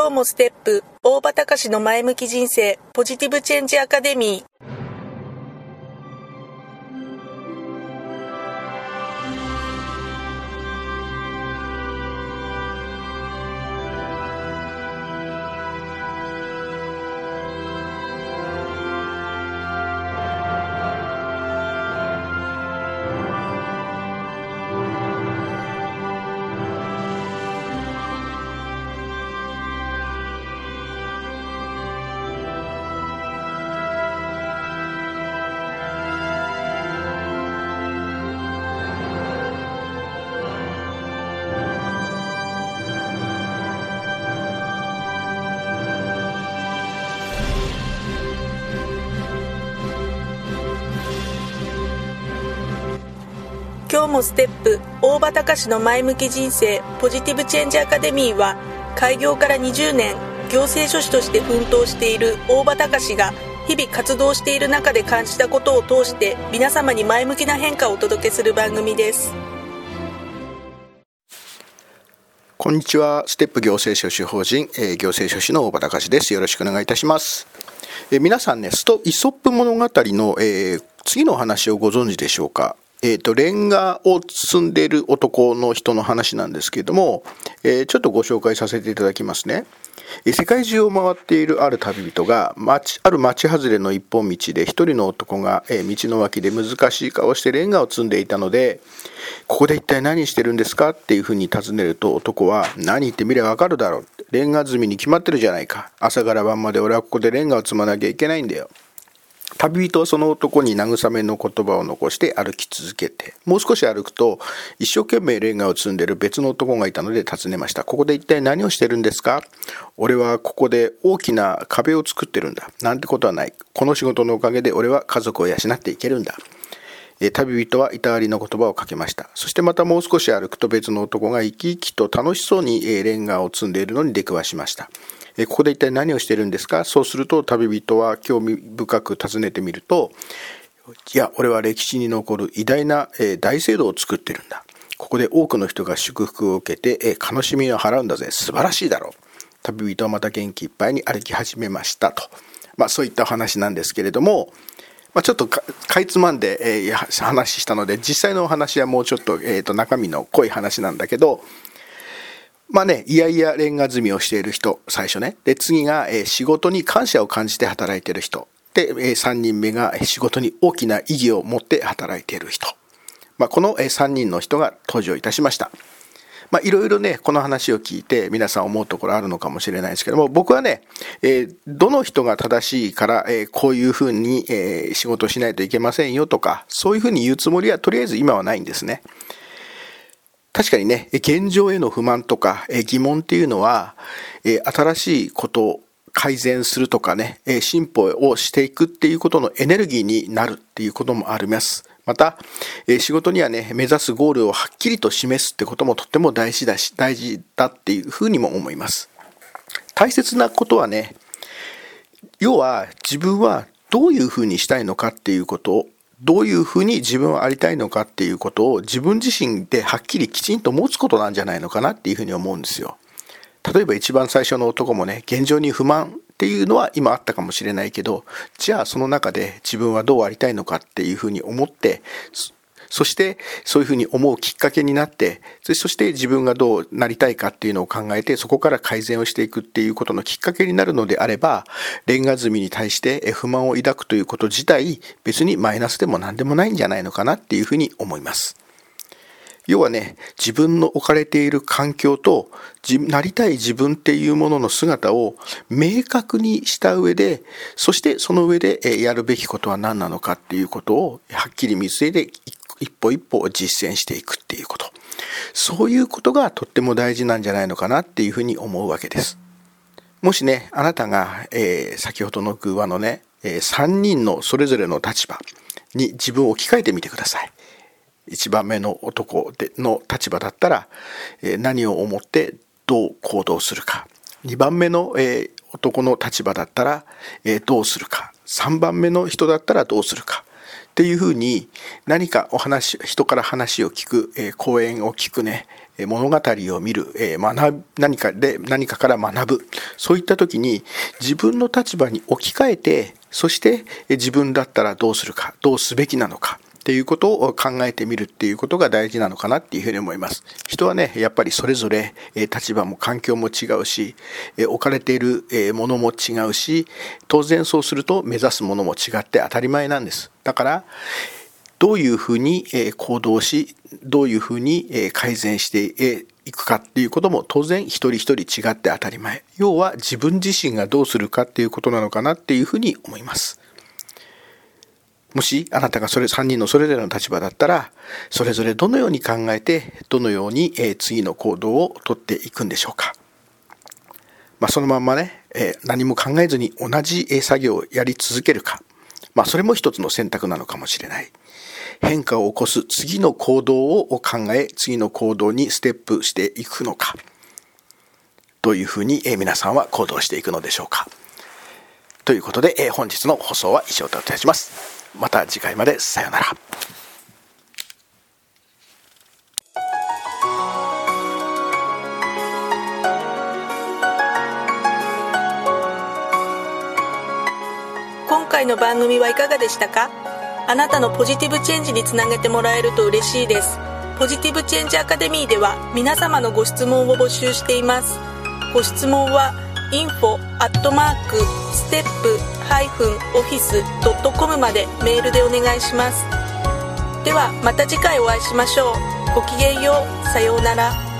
今日もステップ大場隆の前向き人生ポジティブチェンジアカデミー。今日もステップ大場隆の前向き人生ポジティブチェンジアカデミーは、開業から20年行政書士として奮闘している大場隆が日々活動している中で感じたことを通して皆様に前向きな変化をお届けする番組です。 こんにちは。ステップ行政書士法人、行政書士の大場隆です。よろしくお願いいたします。皆さんね、イソップ物語の、次の話をご存知でしょうか。レンガを積んでいる男の人の話なんですけれども、ちょっとご紹介させていただきますね。世界中を回っているある旅人がある町外れの一本道で一人の男が道の脇で難しい顔をしてレンガを積んでいたので、ここで一体何してるんですかっていうふうに尋ねると、男は何言ってみればわかるだろう、レンガ積みに決まってるじゃないか、朝から晩まで俺はここでレンガを積まなきゃいけないんだよ。旅人はその男に慰めの言葉を残して歩き続けて、もう少し歩くと一生懸命レンガを積んでいる別の男がいたので尋ねました。ここで一体何をしてるんですか？俺はここで大きな壁を作ってるんだ。なんてことはない。この仕事のおかげで俺は家族を養っていけるんだ。旅人はいたわりの言葉をかけました。そしてまたもう少し歩くと別の男が生き生きと楽しそうにレンガを積んでいるのに出くわしました。ここで一体何をしているんですか？そうすると旅人は興味深く尋ねてみると、いや、俺は歴史に残る偉大な大聖堂を作ってるんだ。ここで多くの人が祝福を受けて悲しみを払うんだぜ。素晴らしいだろう。旅人はまた元気いっぱいに歩き始めましたと。そういったお話なんですけれども、ちょっとかいつまんで話したので、実際のお話はもうちょっと中身の濃い話なんだけど、いやいやレンガ積みをしている人、最初ね。で、次が仕事に感謝を感じて働いている人。で、3人目が仕事に大きな意義を持って働いている人。この3人の人が登場いたしました。いろいろね、この話を聞いて皆さん思うところあるのかもしれないですけども、僕はね、どの人が正しいから、こういうふうに、仕事をしないといけませんよとか、そういうふうに言うつもりはとりあえず今はないんですね。確かにね、現状への不満とか疑問っていうのは、新しいことを改善するとかね、進歩をしていくっていうことのエネルギーになるっていうこともあります。また、仕事にはね、目指すゴールをはっきりと示すってこともとっても大事だっていうふうにも思います。大切なことはね、要は自分はどういうふうにしたいのかっていうことを、どういうふうに自分はありたいのかっていうことを自分自身ではっきりきちんと持つことなんじゃないのかなっていうふうに思うんですよ。例えば一番最初の男もね、現状に不満っていうのは今あったかもしれないけど、じゃあその中で自分はどうありたいのかっていうふうに思って、そしてそういうふうに思うきっかけになって、そして自分がどうなりたいかっていうのを考えて、そこから改善をしていくっていうことのきっかけになるのであれば、レンガ積みに対して不満を抱くということ自体、別にマイナスでも何でもないんじゃないのかなっていうふうに思います。要はね、自分の置かれている環境となりたい自分っていうものの姿を明確にした上で、そしてその上でやるべきことは何なのかっていうことをはっきり見据えて一歩一歩実践していくっていうこと、そういうことがとっても大事なんじゃないのかなっていうふうに思うわけです。もしね、あなたが、先ほどの寓話のね、3人のそれぞれの立場に自分を置き換えてみてください。1番目の男の立場だったら、何を思ってどう行動するか。2番目の、男の立場だったら、どうするか。3番目の人だったらどうするか。っていうふうに何か人から話を聞く、講演を聞くね、 物語を見る、何かから学ぶ、そういった時に自分の立場に置き換えて、そして自分だったらどうするか、どうすべきなのかっていうことを考えてみるっていうことが大事なのかなっていうふうに思います。人はね、やっぱりそれぞれ立場も環境も違うし、置かれているものも違うし、当然そうすると目指すものも違って当たり前なんです。だからどういうふうに行動し、どういうふうに改善していくかっていうことも当然一人一人違って当たり前。要は自分自身がどうするかっていうことなのかなっていうふうに思います。もしあなたが3人のそれぞれの立場だったら、それぞれどのように考えて、どのように次の行動をとっていくんでしょうか。そのまんまね、何も考えずに同じ作業をやり続けるか、それも一つの選択なのかもしれない。変化を起こす次の行動を考え、次の行動にステップしていくのか、どういうふうに皆さんは行動していくのでしょうか。ということで、本日の放送は以上といたします。また次回まで。さようなら。 今回の番組はいかがでしたか？あなたのポジティブチェンジにつなげてもらえると嬉しいです。ポジティブチェンジアカデミーでは皆様のご質問を募集しています。ご質問はinfo@step-office.com までメールでお願いします。ではまた次回お会いしましょう。ごきげんよう。さようなら。